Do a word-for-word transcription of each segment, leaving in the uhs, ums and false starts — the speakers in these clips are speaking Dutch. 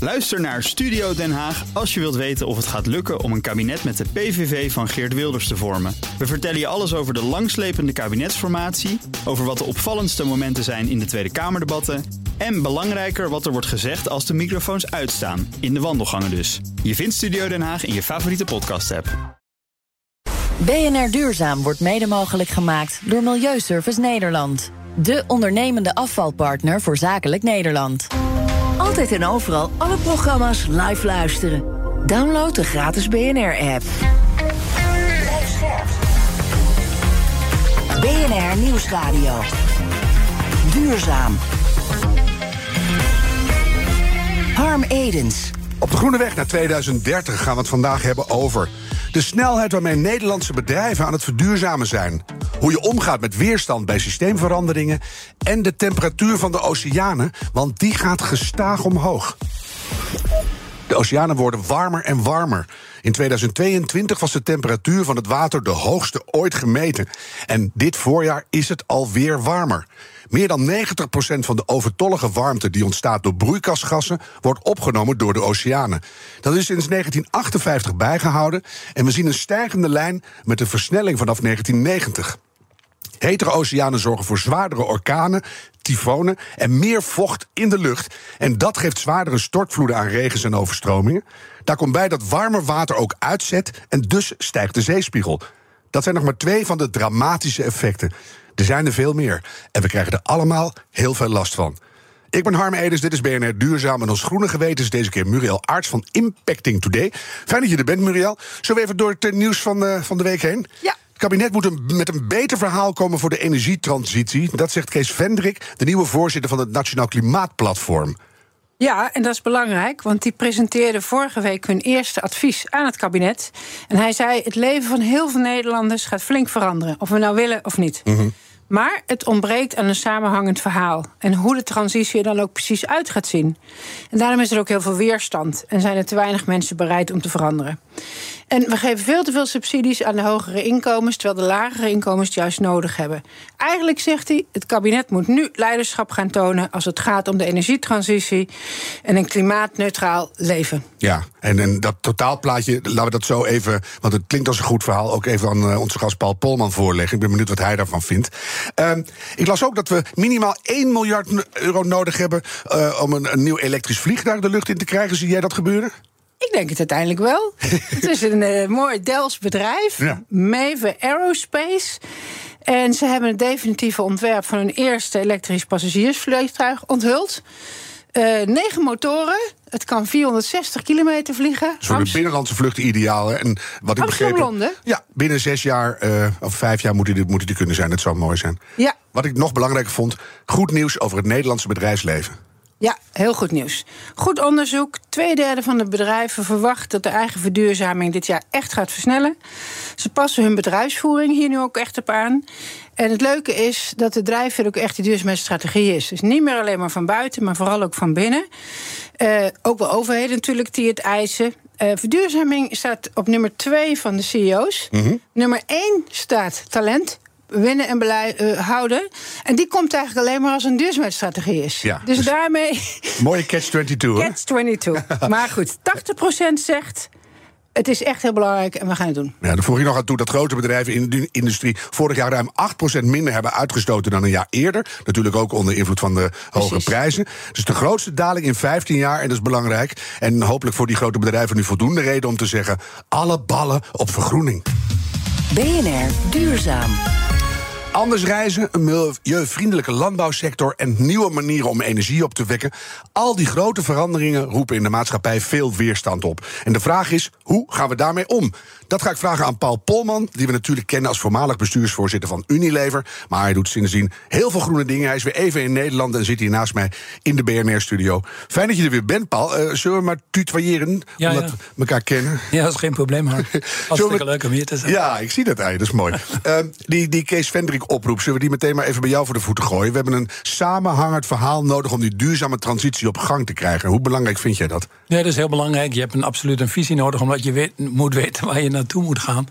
Luister naar Studio Den Haag als je wilt weten of het gaat lukken om een kabinet met de P V V van Geert Wilders te vormen. We vertellen je alles over de langslepende kabinetsformatie, over wat de opvallendste momenten zijn in de Tweede Kamerdebatten en belangrijker wat er wordt gezegd als de microfoons uitstaan, in de wandelgangen dus. Je vindt Studio Den Haag in je favoriete podcast-app. B N R Duurzaam wordt mede mogelijk gemaakt door Milieuservice Nederland. De ondernemende afvalpartner voor Zakelijk Nederland. Altijd en overal alle programma's live luisteren. Download de gratis B N R-app. B N R Nieuwsradio. Duurzaam. Harm Edens. Op de groene weg naar tweeduizend dertig gaan we het vandaag hebben over de snelheid waarmee Nederlandse bedrijven aan het verduurzamen zijn, hoe je omgaat met weerstand bij systeemveranderingen en de temperatuur van de oceanen, want die gaat gestaag omhoog. De oceanen worden warmer en warmer. In tweeduizend tweeëntwintig was de temperatuur van het water de hoogste ooit gemeten. En dit voorjaar is het alweer warmer. Meer dan negentig procent van de overtollige warmte die ontstaat door broeikasgassen wordt opgenomen door de oceanen. Dat is sinds negentien achtenvijftig bijgehouden en we zien een stijgende lijn met een versnelling vanaf negentien negentig. Hetere oceanen zorgen voor zwaardere orkanen, tyfonen en meer vocht in de lucht. En dat geeft zwaardere stortvloeden aan regens en overstromingen. Daar komt bij dat warmer water ook uitzet en dus stijgt de zeespiegel. Dat zijn nog maar twee van de dramatische effecten. Er zijn er veel meer. En we krijgen er allemaal heel veel last van. Ik ben Harm Edens, dit is B N R Duurzaam. En ons groene geweten is deze keer Muriel Arts van Impacting Today. Fijn dat je er bent, Muriel. Zullen we even door het nieuws van, uh, van de week heen? Ja. Het kabinet moet een, met een beter verhaal komen voor de energietransitie. Dat zegt Kees Vendrik, de nieuwe voorzitter van het Nationaal Klimaatplatform. Ja, en dat is belangrijk, want die presenteerde vorige week hun eerste advies aan het kabinet. En hij zei, het leven van heel veel Nederlanders gaat flink veranderen, of we nou willen of niet. Mm-hmm. Maar het ontbreekt aan een samenhangend verhaal. En hoe de transitie er dan ook precies uit gaat zien. En daarom is er ook heel veel weerstand. En zijn er te weinig mensen bereid om te veranderen. En we geven veel te veel subsidies aan de hogere inkomens, terwijl de lagere inkomens het juist nodig hebben. Eigenlijk zegt hij, het kabinet moet nu leiderschap gaan tonen als het gaat om de energietransitie en een klimaatneutraal leven. Ja, en, en dat totaalplaatje, laten we dat zo even, want het klinkt als een goed verhaal, ook even aan uh, onze gast Paul Polman voorleggen. Ik ben benieuwd wat hij daarvan vindt. Uh, ik las ook dat we minimaal één miljard euro nodig hebben uh, om een, een nieuw elektrisch vliegtuig de lucht in te krijgen. Zie jij dat gebeuren? Ik denk het uiteindelijk wel. Het is een uh, mooi Delfts bedrijf, ja. Maven Aerospace. En ze hebben het definitieve ontwerp van hun eerste elektrisch passagiersvliegtuig onthuld. Uh, negen motoren. Het kan vierhonderdzestig kilometer vliegen. Voor de binnenlandse vluchten ideaal. Hè? En wat ik begreep. Londen. Ja, binnen zes jaar uh, of vijf jaar moet die, moet die kunnen zijn. Dat zou mooi zijn. Ja. Wat ik nog belangrijker vond, goed nieuws over het Nederlandse bedrijfsleven. Ja, heel goed nieuws. Goed onderzoek. Tweederde van de bedrijven verwacht dat de eigen verduurzaming dit jaar echt gaat versnellen. Ze passen hun bedrijfsvoering hier nu ook echt op aan. En het leuke is dat de drijfveer ook echt die duurzaamheidsstrategie is. Dus niet meer alleen maar van buiten, maar vooral ook van binnen. Uh, ook wel overheden natuurlijk die het eisen. Uh, verduurzaming staat op nummer twee van de C E O's. Mm-hmm. Nummer één staat talent. Winnen en beleid, uh, houden. En die komt eigenlijk alleen maar als een duurzaamheidsstrategie is. Ja, dus, dus daarmee... Mooie catch twenty-two, hè? Catch twenty-two. Maar goed, tachtig procent zegt... het is echt heel belangrijk en we gaan het doen. Ja, dan voeg je nog aan toe dat grote bedrijven in de industrie vorig jaar ruim acht procent minder hebben uitgestoten dan een jaar eerder. Natuurlijk ook onder invloed van de hogere Precies. prijzen. Dus de grootste daling in vijftien jaar, en dat is belangrijk. En hopelijk voor die grote bedrijven nu voldoende reden om te zeggen: alle ballen op vergroening. B N R Duurzaam. Anders reizen, een milieuvriendelijke landbouwsector en nieuwe manieren om energie op te wekken. Al die grote veranderingen roepen in de maatschappij veel weerstand op. En de vraag is, hoe gaan we daarmee om? Dat ga ik vragen aan Paul Polman, die we natuurlijk kennen als voormalig bestuursvoorzitter van Unilever. Maar hij doet sindsdien heel veel groene dingen. Hij is weer even in Nederland en zit hier naast mij in de B N R-studio. Fijn dat je er weer bent, Paul. Uh, zullen we maar tutoyeren, ja, omdat ja. we elkaar kennen? Ja, dat is geen probleem, hoor. Hartstikke leuk om hier te zijn. Ja, ik zie dat eigenlijk, dat is mooi. uh, die, die Kees Vendrik oproep, zullen we die meteen maar even bij jou voor de voeten gooien? We hebben een samenhangend verhaal nodig om die duurzame transitie op gang te krijgen. Hoe belangrijk vind jij dat? Ja, dat is heel belangrijk. Je hebt een, absoluut een visie nodig, omdat je weet, moet weten waar je naartoe moet gaan.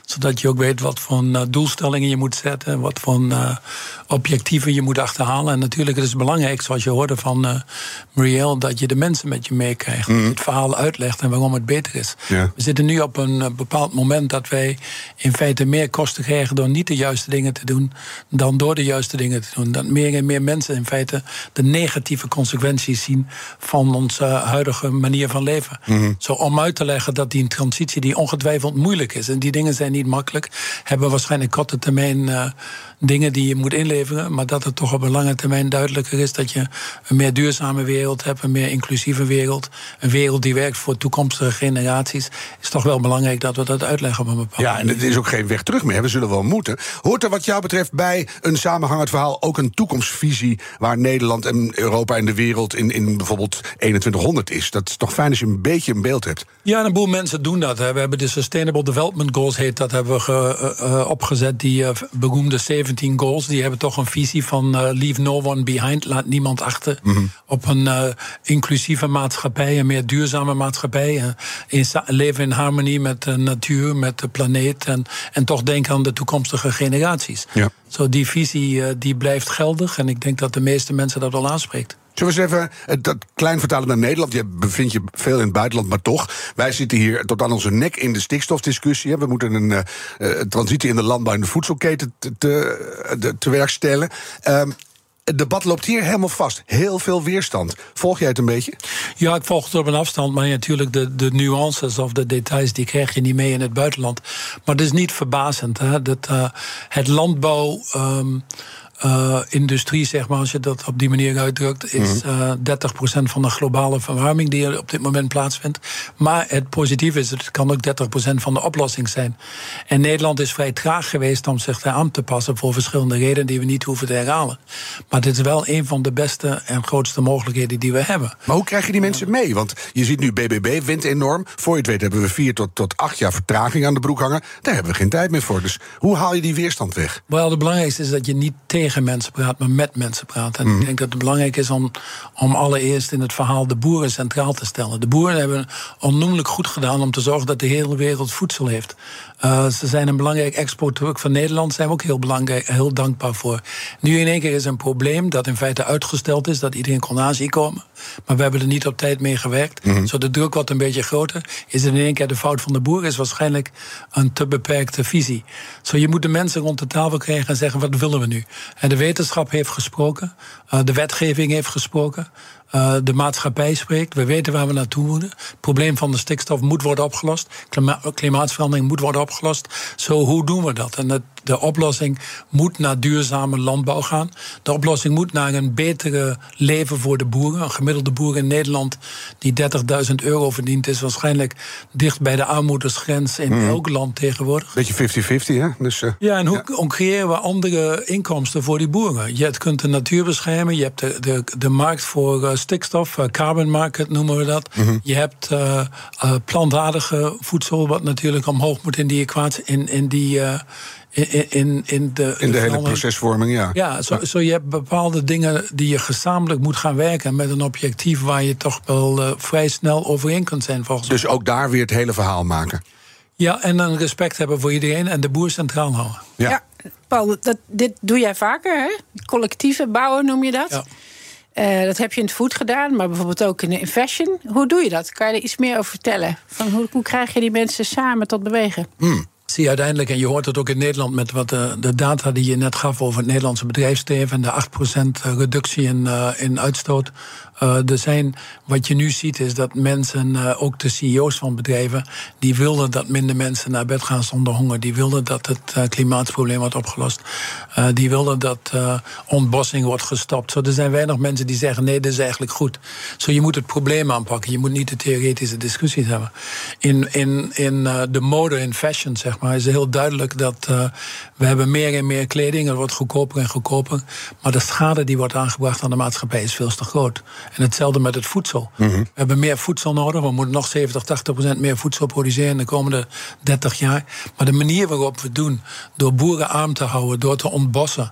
Zodat je ook weet wat voor uh, doelstellingen je moet zetten, wat voor uh, objectieven je moet achterhalen. En natuurlijk is het belangrijk, zoals je hoorde van uh, Muriel, dat je de mensen met je meekrijgt. Mm. Dat je het verhaal uitlegt en waarom het beter is. Ja. We zitten nu op een uh, bepaald moment dat wij in feite meer kosten krijgen door niet de juiste dingen te doen dan door de juiste dingen te doen. Dat meer en meer mensen in feite de negatieve consequenties zien van onze huidige manier van leven. Mm-hmm. Zo om uit te leggen dat die transitie die ongetwijfeld moeilijk is en die dingen zijn niet makkelijk, hebben waarschijnlijk korte termijn uh, dingen die je moet inleveren, maar dat het toch op een lange termijn duidelijker is dat je een meer duurzame wereld hebt, een meer inclusieve wereld, een wereld die werkt voor toekomstige generaties, is toch wel belangrijk dat we dat uitleggen op een bepaalde Ja, en er is ook geen weg terug meer. We zullen wel moeten. Hoort er wat jou betreft bij een samenhangend verhaal ook een toekomstvisie waar Nederland en Europa en de wereld in, in bijvoorbeeld eenentwintighonderd is? Dat is toch fijn als je een beetje een beeld hebt. Ja, een boel mensen doen dat. Hè. We hebben de Sustainable Development Goals, heet dat, hebben we ge, uh, opgezet. Die uh, beroemde zeventien goals, die hebben toch een visie van uh, leave no one behind, laat niemand achter. Mm-hmm. Op een uh, inclusieve maatschappij, een meer duurzame maatschappij. Uh, in, leven in harmonie met de natuur, met de planeet. En, en toch denken aan de toekomstige generaties. Ja. Zo die visie uh, die blijft geldig. En ik denk dat de meeste mensen dat wel aanspreekt. Zullen we eens even dat klein vertalen naar Nederland? Je bevindt je veel in het buitenland, maar toch. Wij zitten hier tot aan onze nek in de stikstofdiscussie. We moeten een uh, transitie in de landbouw en de voedselketen te, te, te werk stellen. Um, Het debat loopt hier helemaal vast. Heel veel weerstand. Volg jij het een beetje? Ja, ik volg het op een afstand. Maar natuurlijk de, de nuances of de details, die krijg je niet mee in het buitenland. Maar het is niet verbazend. Hè, dat uh, het landbouw... Um, Uh, industrie, zeg maar, als je dat op die manier uitdrukt, is uh, dertig procent van de globale verwarming die er op dit moment plaatsvindt. Maar het positieve is, het kan ook dertig procent van de oplossing zijn. En Nederland is vrij traag geweest om zich daar aan te passen voor verschillende redenen die we niet hoeven te herhalen. Maar dit is wel een van de beste en grootste mogelijkheden die we hebben. Maar hoe krijg je die mensen mee? Want je ziet nu B B B wint enorm. Voor je het weet hebben we vier tot, tot acht jaar vertraging aan de broek hangen. Daar hebben we geen tijd meer voor. Dus hoe haal je die weerstand weg? Wel, het belangrijkste is dat je niet tegen tegen mensen praat, maar met mensen praat. En mm. ik denk dat het belangrijk is om, om allereerst in het verhaal de boeren centraal te stellen. De boeren hebben onnoemelijk goed gedaan om te zorgen dat de hele wereld voedsel heeft. Uh, ze zijn een belangrijk exportproduct van Nederland, zijn we ook heel belangrijk, heel dankbaar voor. Nu in één keer is een probleem dat in feite uitgesteld is, dat iedereen kon aanzien komen. Maar we hebben er niet op tijd mee gewerkt. Mm. Zo de druk wordt een beetje groter. Is het in één keer de fout van de boer? Is waarschijnlijk een te beperkte visie. Zo je moet de mensen rond de tafel krijgen en zeggen, wat willen we nu? En de wetenschap heeft gesproken, uh, de wetgeving heeft gesproken. Uh, de maatschappij spreekt, we weten waar we naartoe moeten. Het probleem van de stikstof moet worden opgelost. Klima- klimaatverandering moet worden opgelost. Zo, hoe doen we dat? En het, de oplossing moet naar duurzame landbouw gaan. De oplossing moet naar een betere leven voor de boeren. Een gemiddelde boer in Nederland die dertigduizend euro verdient, is waarschijnlijk dicht bij de armoedesgrens in mm. elk land tegenwoordig. Beetje vijftig vijftig, hè? Dus, uh, ja, en hoe ja. creëren we andere inkomsten voor die boeren? Je kunt de natuur beschermen, je hebt de, de, de markt voor uh, stikstof, uh, carbon market noemen we dat. Mm-hmm. Je hebt uh, uh, plantaardige voedsel, wat natuurlijk omhoog moet in die equatie, in, in die... Uh, In, in, in de, in de hele procesvorming, ja. Ja, zo, zo je hebt bepaalde dingen die je gezamenlijk moet gaan werken met een objectief waar je toch wel uh, vrij snel overeen kunt zijn, volgens mij. Dus ook daar weer het hele verhaal maken. Ja, en een respect hebben voor iedereen en de boer centraal houden. Ja, ja Paul, dat, dit doe jij vaker, hè? Collectieve bouwen noem je dat? Ja. Uh, dat heb je in het food gedaan, maar bijvoorbeeld ook in, in fashion. Hoe doe je dat? Kan je er iets meer over vertellen? Van hoe, hoe krijg je die mensen samen tot bewegen? Hmm. Zie je uiteindelijk, en je hoort het ook in Nederland met wat de, de data die je net gaf over het Nederlandse bedrijfsleven en de acht procent reductie in, uh, in uitstoot. Uh, er zijn, wat je nu ziet is dat mensen, uh, ook de C E O's van bedrijven, die wilden dat minder mensen naar bed gaan zonder honger. Die wilden dat het uh, klimaatprobleem wordt opgelost. Uh, die wilden dat uh, ontbossing wordt gestopt. Zo, er zijn weinig mensen die zeggen, nee, dit is eigenlijk goed. Zo, je moet het probleem aanpakken. Je moet niet de theoretische discussies hebben. In, in, in uh, de mode, in fashion, zeg maar, is het heel duidelijk dat uh, we hebben meer en meer kleding. Het wordt goedkoper en goedkoper. Maar de schade die wordt aangebracht aan de maatschappij is veel te groot. En hetzelfde met het voedsel. Mm-hmm. We hebben meer voedsel nodig. We moeten nog zeventig, tachtig procent meer voedsel produceren in de komende dertig jaar. Maar de manier waarop we het doen, door boeren arm te houden, door te ontbossen,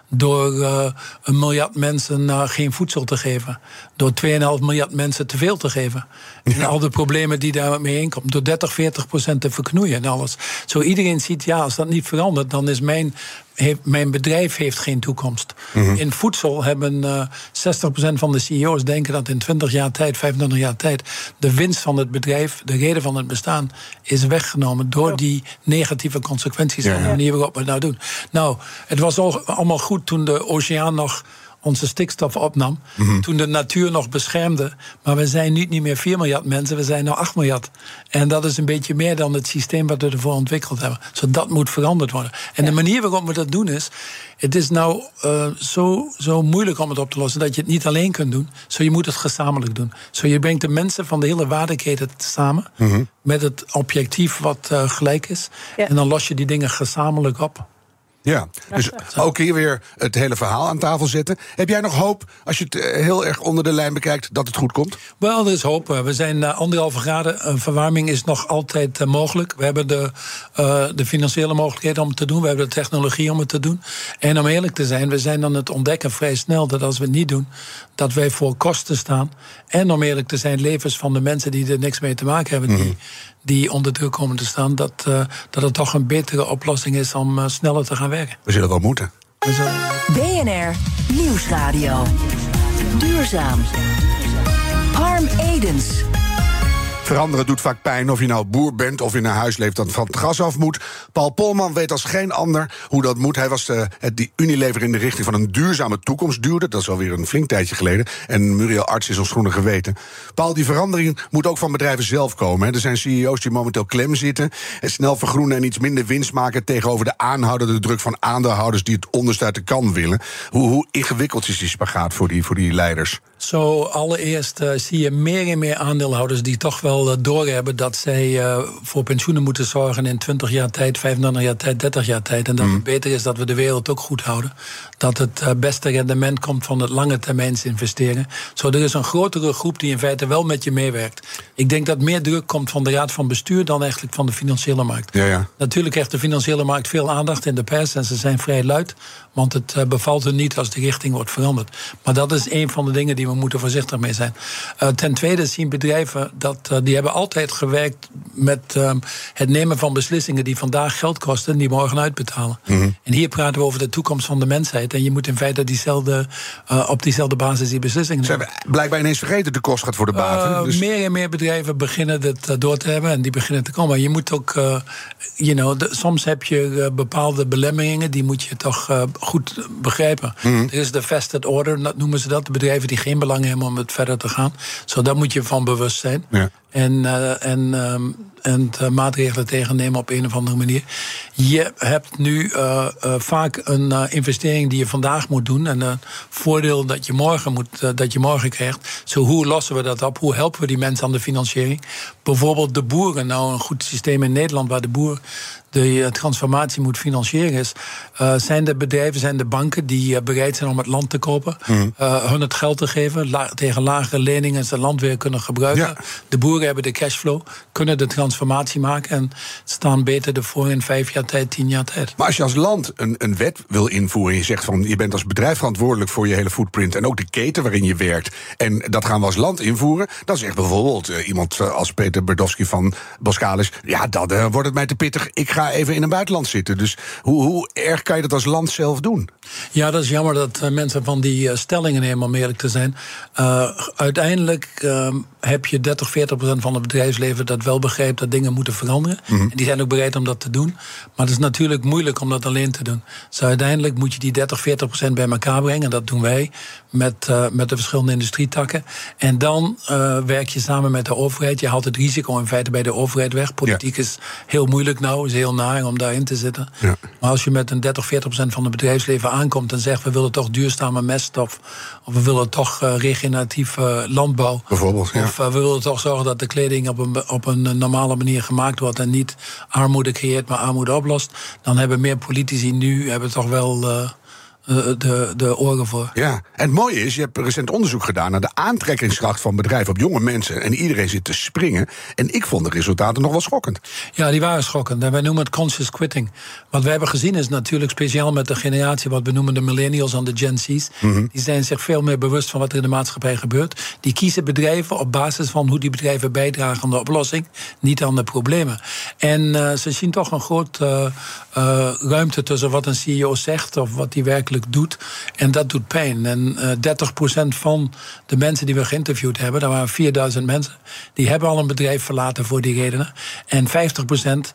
door uh, een miljard mensen uh, geen voedsel te geven. Door twee komma vijf miljard mensen te veel te geven. Ja. En al de problemen die daarmee inkomen. Door dertig, veertig procent te verknoeien en alles. Zo iedereen ziet, ja, als dat niet verandert, dan is mijn... Heeft, mijn bedrijf heeft geen toekomst. Mm-hmm. In voedsel hebben uh, zestig procent van de C E O's denken dat in twintig jaar tijd, vijfentwintig jaar tijd, de winst van het bedrijf, de reden van het bestaan, is weggenomen door die negatieve consequenties ja. van de manier waarop we het nou doen. Nou, het was al, allemaal goed toen de oceaan nog onze stikstof opnam, mm-hmm. toen de natuur nog beschermde. Maar we zijn nu niet meer vier miljard mensen, we zijn nu acht miljard. En dat is een beetje meer dan het systeem wat we ervoor ontwikkeld hebben. Dus dat moet veranderd worden. En ja. de manier waarop we dat doen is, het is nou uh, zo, zo moeilijk om het op te lossen dat je het niet alleen kunt doen. Zo je moet het gezamenlijk doen. Zo je brengt de mensen van de hele waardeketen samen, mm-hmm. met het objectief wat uh, gelijk is. Ja. En dan los je die dingen gezamenlijk op. Ja, dus ook hier weer het hele verhaal aan tafel zetten. Heb jij nog hoop, als je het heel erg onder de lijn bekijkt, dat het goed komt? Wel, er is hoop. We zijn uh, anderhalve graden. Uh, verwarming is nog altijd uh, mogelijk. We hebben de, uh, de financiële mogelijkheden om het te doen. We hebben de technologie om het te doen. En om eerlijk te zijn, we zijn dan het ontdekken vrij snel dat als we het niet doen, dat wij voor kosten staan. En om eerlijk te zijn, levens van de mensen die er niks mee te maken hebben, mm-hmm. die, die onder druk komen te staan, dat, uh, dat het toch een betere oplossing is om uh, sneller te gaan werken. We zullen wel moeten. We zullen... B N R Nieuwsradio. Duurzaam. Harm Edens. Veranderen doet vaak pijn, of je nou boer bent of in een huis leeft dat van het gas af moet. Paul Polman weet als geen ander hoe dat moet. Hij was uh, die Unilever in de richting van een duurzame toekomst duwde. Dat is alweer een flink tijdje geleden. En Muriel Arts is ons groene geweten. Paul, die verandering moet ook van bedrijven zelf komen. Hè. Er zijn C E O's die momenteel klem zitten en snel vergroenen en iets minder winst maken tegenover de aanhoudende druk van aandeelhouders die het onderste uit de kan willen. Hoe, hoe ingewikkeld is die spagaat voor die, voor die leiders? Zo, allereerst uh, zie je meer en meer aandeelhouders die toch wel uh, doorhebben dat zij uh, voor pensioenen moeten zorgen in twintig jaar tijd, vijfentwintig jaar tijd, dertig jaar tijd. En dat mm. het beter is dat we de wereld ook goed houden. Dat het uh, beste rendement komt van het lange termijns investeren. Zo, er is een grotere groep die in feite wel met je meewerkt. Ik denk dat meer druk komt van de Raad van Bestuur dan eigenlijk van de financiële markt. Ja, ja. Natuurlijk krijgt de financiële markt veel aandacht in de pers en ze zijn vrij luid, want het uh, bevalt hun niet als de richting wordt veranderd. Maar dat is een van de dingen die we moeten voorzichtig mee zijn. Uh, ten tweede zien bedrijven dat uh, die hebben altijd gewerkt met uh, het nemen van beslissingen die vandaag geld kosten en die morgen uitbetalen. Mm-hmm. En hier praten we over de toekomst van de mensheid. En je moet in feite diezelfde, uh, op diezelfde basis die beslissingen nemen. Ze hebben blijkbaar ineens vergeten de kost gaat voor de baten. Uh, dus... Meer en meer bedrijven beginnen het uh, door te hebben en die beginnen te komen. Je moet ook, uh, you know, de, soms heb je uh, bepaalde belemmeringen, die moet je toch uh, goed begrijpen. Mm-hmm. Er is de vested order, dat noemen ze dat. De bedrijven die geen belang hebben om het verder te gaan. Zo, daar moet je van bewust zijn. Ja. En, uh, en, um, en uh, maatregelen tegennemen op een of andere manier. Je hebt nu uh, uh, vaak een uh, investering die je vandaag moet doen. En een voordeel dat je morgen, moet, uh, dat je morgen krijgt. Zo, hoe lossen we dat op? Hoe helpen we die mensen aan de financiering? Bijvoorbeeld de boeren. Nou, een goed systeem in Nederland waar de boer de transformatie moet financieren is. Uh, zijn de bedrijven, zijn de banken die uh, bereid zijn om het land te kopen. Mm. Uh, hun het geld te geven. La- tegen lagere leningen ze het land weer kunnen gebruiken. Ja. De boeren hebben de cashflow. Kunnen de transformatie maken. En staan beter ervoor in vijf jaar tijd, tien jaar tijd. Maar als je als land een, een wet wil invoeren. En je zegt van je bent als bedrijf verantwoordelijk voor je hele footprint. En ook de keten waarin je werkt. En dat gaan we als land invoeren. Dan zegt bijvoorbeeld uh, iemand uh, als Peter Berdowski van Boskalis. Ja, dan uh, wordt het mij te pittig. Ik ga even in een buitenland zitten. Dus hoe, hoe erg kan je dat als land zelf doen? Ja, dat is jammer dat uh, mensen van die uh, stellingen nemen, om eerlijk te zijn. Uh, uiteindelijk uh, heb je dertig, veertig procent van het bedrijfsleven dat wel begrijpt dat dingen moeten veranderen. Mm-hmm. En die zijn ook bereid om dat te doen. Maar het is natuurlijk moeilijk om dat alleen te doen. Dus uiteindelijk moet je die dertig, veertig procent bij elkaar brengen. En dat doen wij met, uh, met de verschillende industrietakken. En dan uh, werk je samen met de overheid. Je haalt het risico in feite bij de overheid weg. Politiek ja. is heel moeilijk nou, is heel naar om daarin te zitten. Ja. Maar als je met een dertig, veertig procent van het bedrijfsleven aankomt en zegt we willen toch duurzame meststof, of we willen toch uh, regeneratieve uh, landbouw, bijvoorbeeld, ja. of uh, we willen toch zorgen dat de kleding op een, op een normale manier gemaakt wordt en niet armoede creëert, maar armoede oplost, dan hebben meer politici nu hebben toch wel uh, de, de oren voor. Ja, en het mooie is, je hebt recent onderzoek gedaan naar de aantrekkingskracht van bedrijven op jonge mensen. En iedereen zit te springen. En ik vond de resultaten nog wel schokkend. Ja, die waren schokkend. En wij noemen het conscious quitting. Wat we hebben gezien is natuurlijk speciaal met de generatie, wat we noemen de millennials en de Gen Z's. Mm-hmm. Die zijn zich veel meer bewust van wat er in de maatschappij gebeurt. Die kiezen bedrijven op basis van hoe die bedrijven bijdragen aan de oplossing, niet aan de problemen. En uh, ze zien toch een grote uh, uh, ruimte tussen wat een C E O zegt of wat hij werkelijk doet. En dat doet pijn. En uh, dertig procent van de mensen die we geïnterviewd hebben, dat waren vierduizend mensen, die hebben al een bedrijf verlaten voor die redenen. En vijftig procent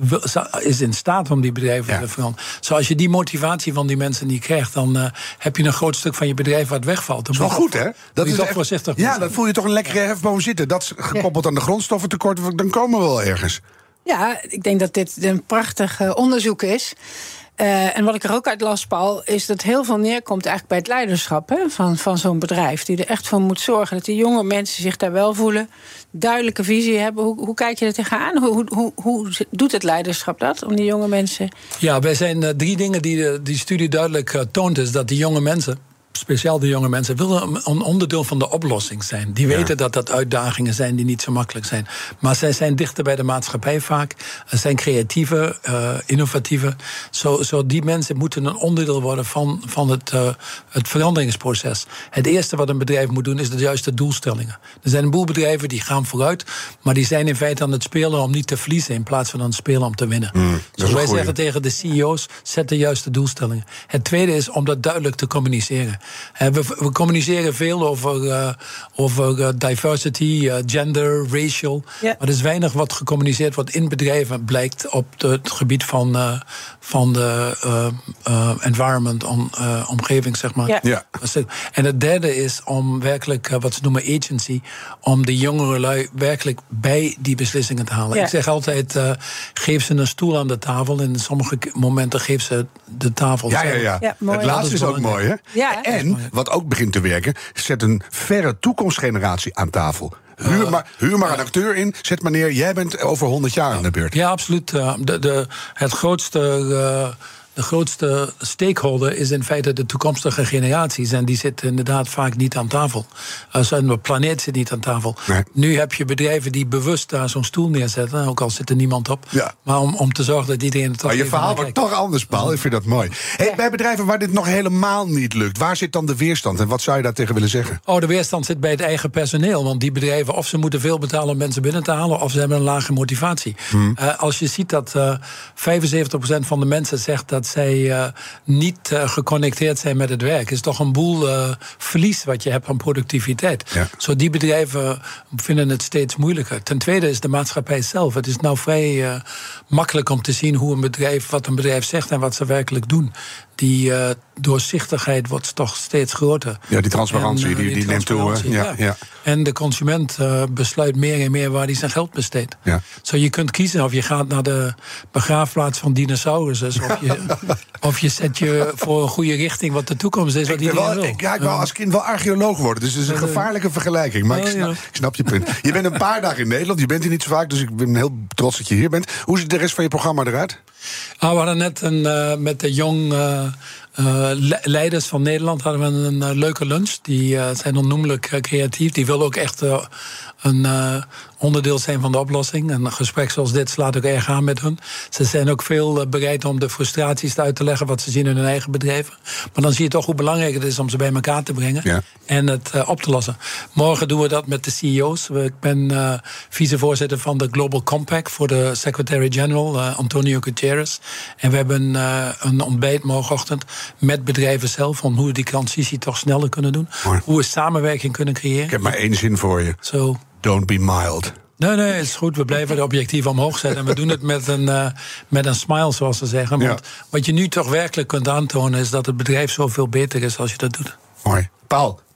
is in staat om die bedrijven ja. te veranderen. Zoals je die motivatie van die mensen niet krijgt, dan uh, heb je een groot stuk van je bedrijf wat wegvalt. Dat is wel goed, hè? Dat is toch echt, voorzichtig. Ja, dan voel je toch een lekkere hefboom zitten. Dat is gekoppeld ja. aan de grondstoffentekort, dan komen we wel ergens. Ja, ik denk dat dit een prachtig uh, onderzoek is. Uh, en wat ik er ook uit las, Paul, is dat heel veel neerkomt eigenlijk bij het leiderschap hè, van, van zo'n bedrijf. Die er echt voor moet zorgen dat die jonge mensen zich daar wel voelen. Duidelijke visie hebben. Hoe, hoe kijk je er tegenaan? Hoe, hoe, hoe doet het leiderschap dat om die jonge mensen? Ja, wij zijn uh, drie dingen die de, die studie duidelijk uh, toont. Is dat die jonge mensen, speciaal de jonge mensen, willen een onderdeel van de oplossing zijn. Die weten ja. dat dat uitdagingen zijn die niet zo makkelijk zijn. Maar zij zijn dichter bij de maatschappij vaak. Ze zijn creatieve, uh, innovatieve. Zo, zo die mensen moeten een onderdeel worden van, van het, uh, het veranderingsproces. Het eerste wat een bedrijf moet doen is de juiste doelstellingen. Er zijn een boel bedrijven die gaan vooruit, maar die zijn in feite aan het spelen om niet te verliezen in plaats van aan het spelen om te winnen. Mm, dus wij zeggen tegen de C E O's, zet de juiste doelstellingen. Het tweede is om dat duidelijk te communiceren. We, we communiceren veel over, uh, over uh, diversity, uh, gender, racial. Ja. Maar er is weinig wat gecommuniceerd wordt in bedrijven, blijkt op de, het gebied van, uh, van de uh, uh, environment, om, uh, omgeving, zeg maar. Ja. Ja. En het derde is om werkelijk, uh, wat ze noemen agency, om de jongere lui werkelijk bij die beslissingen te halen. Ja. Ik zeg altijd, uh, geef ze een stoel aan de tafel. En in sommige momenten geef ze de tafel. Ja, ja, ja. Ja, mooi. Het laatste is ook mooi, hè? Ja. En wat ook begint te werken, zet een verre toekomstgeneratie aan tafel. Huur maar, huur maar een acteur in, zet maar neer, jij bent over honderd jaar aan de beurt. Ja, absoluut. De, de, het grootste... Uh, De grootste stakeholder is in feite de toekomstige generaties. En die zitten inderdaad vaak niet aan tafel. Als een planeet zit niet aan tafel. Nee. Nu heb je bedrijven die bewust daar zo'n stoel neerzetten. Ook al zit er niemand op. Ja. Maar om, om te zorgen dat iedereen het toch. Maar je verhaal wordt toch anders, Paul. Ik vind dat mooi. Hey, bij bedrijven waar dit nog helemaal niet lukt, waar zit dan de weerstand? En wat zou je daar tegen willen zeggen? Oh, de weerstand zit bij het eigen personeel. Want die bedrijven, of ze moeten veel betalen om mensen binnen te halen, of ze hebben een lage motivatie. Hmm. Uh, als je ziet dat uh, vijfenzeventig procent van de mensen zegt dat zij uh, niet uh, geconnecteerd zijn met het werk, is toch een boel uh, verlies wat je hebt aan productiviteit. Ja. Zo die bedrijven vinden het steeds moeilijker. Ten tweede is de maatschappij zelf. Het is nou vrij uh, makkelijk om te zien hoe een bedrijf, wat een bedrijf zegt en wat ze werkelijk doen. Die uh, doorzichtigheid wordt toch steeds groter. Ja, die transparantie, en, uh, die, die, die neemt toe. Ja, ja. Ja. En de consument uh, besluit meer en meer waar hij zijn geld besteedt. Ja. Zo je kunt kiezen of je gaat naar de begraafplaats van dinosaurussen, of je, of je zet je voor een goede richting wat de toekomst is. Wat ik, wel, ik, ja, ik wou als kind wel archeoloog worden, dus het is een gevaarlijke vergelijking. Maar ik snap, ik snap je punt. Je bent een paar dagen in Nederland, je bent hier niet zo vaak, dus ik ben heel trots dat je hier bent. Hoe ziet de rest van je programma eruit? Ah, we hadden net een, uh, met de jong uh, uh, leiders van Nederland hadden we een uh, leuke lunch. Die uh, zijn onnoemelijk uh, creatief. Die willen ook echt uh, een uh, onderdeel zijn van de oplossing. En een gesprek zoals dit slaat ook erg aan met hun. Ze zijn ook veel uh, bereid om de frustraties uit te leggen wat ze zien in hun eigen bedrijven. Maar dan zie je toch hoe belangrijk het is om ze bij elkaar te brengen. Ja. En het uh, op te lossen. Morgen doen we dat met de C E O's. Ik ben uh, vicevoorzitter van de Global Compact voor de Secretary-General, uh, Antonio Gutierrez. En we hebben uh, een ontbijt morgenochtend met bedrijven zelf om hoe we die transitie toch sneller kunnen doen. Mooi. Hoe we samenwerking kunnen creëren. Ik heb maar één zin voor je. So, Don't be mild. Nee, nee, het is goed. We blijven de objectief omhoog zetten. En we doen het met een, uh, met een smile, zoals ze zeggen. Want ja. wat je nu toch werkelijk kunt aantonen is dat het bedrijf zoveel beter is als je dat doet. Mooi. Paul,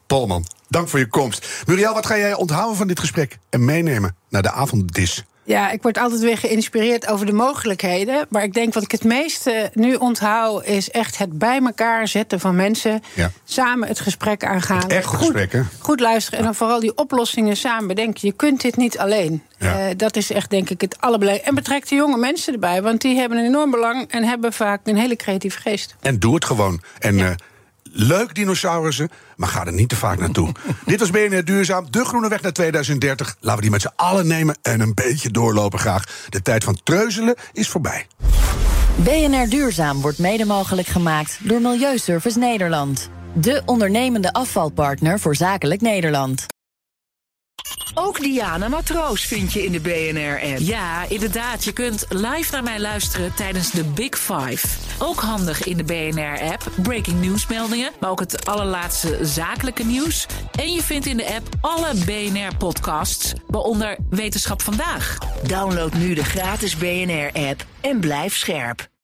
Polman, dank voor je komst. Muriel, wat ga jij onthouden van dit gesprek en meenemen naar de avonddis? Ja, ik word altijd weer geïnspireerd over de mogelijkheden. Maar ik denk wat ik het meeste nu onthoud is echt het bij elkaar zetten van mensen. Ja. Samen het gesprek aangaan. Het echte gesprek, hè? Goed luisteren en dan vooral die oplossingen samen bedenken. Je kunt dit niet alleen. Ja. Uh, dat is echt denk ik het allerbelangrijkste. En betrek de jonge mensen erbij, want die hebben een enorm belang en hebben vaak een hele creatieve geest. En doe het gewoon. En ja. uh, leuk dinosaurussen, maar ga er niet te vaak naartoe. Dit was B N R Duurzaam, de groene weg naar tweeduizend dertig. Laten we die met z'n allen nemen en een beetje doorlopen graag. De tijd van treuzelen is voorbij. B N R Duurzaam wordt mede mogelijk gemaakt door Milieuservice Nederland. De ondernemende afvalpartner voor Zakelijk Nederland. Ook Diana Matroos vind je in de B N R-app. Ja, inderdaad. Je kunt live naar mij luisteren tijdens de Big Five. Ook handig in de B N R-app. Breaking nieuwsmeldingen, maar ook het allerlaatste zakelijke nieuws. En je vindt in de app alle B N R-podcasts, waaronder Wetenschap Vandaag. Download nu de gratis B N R-app en blijf scherp.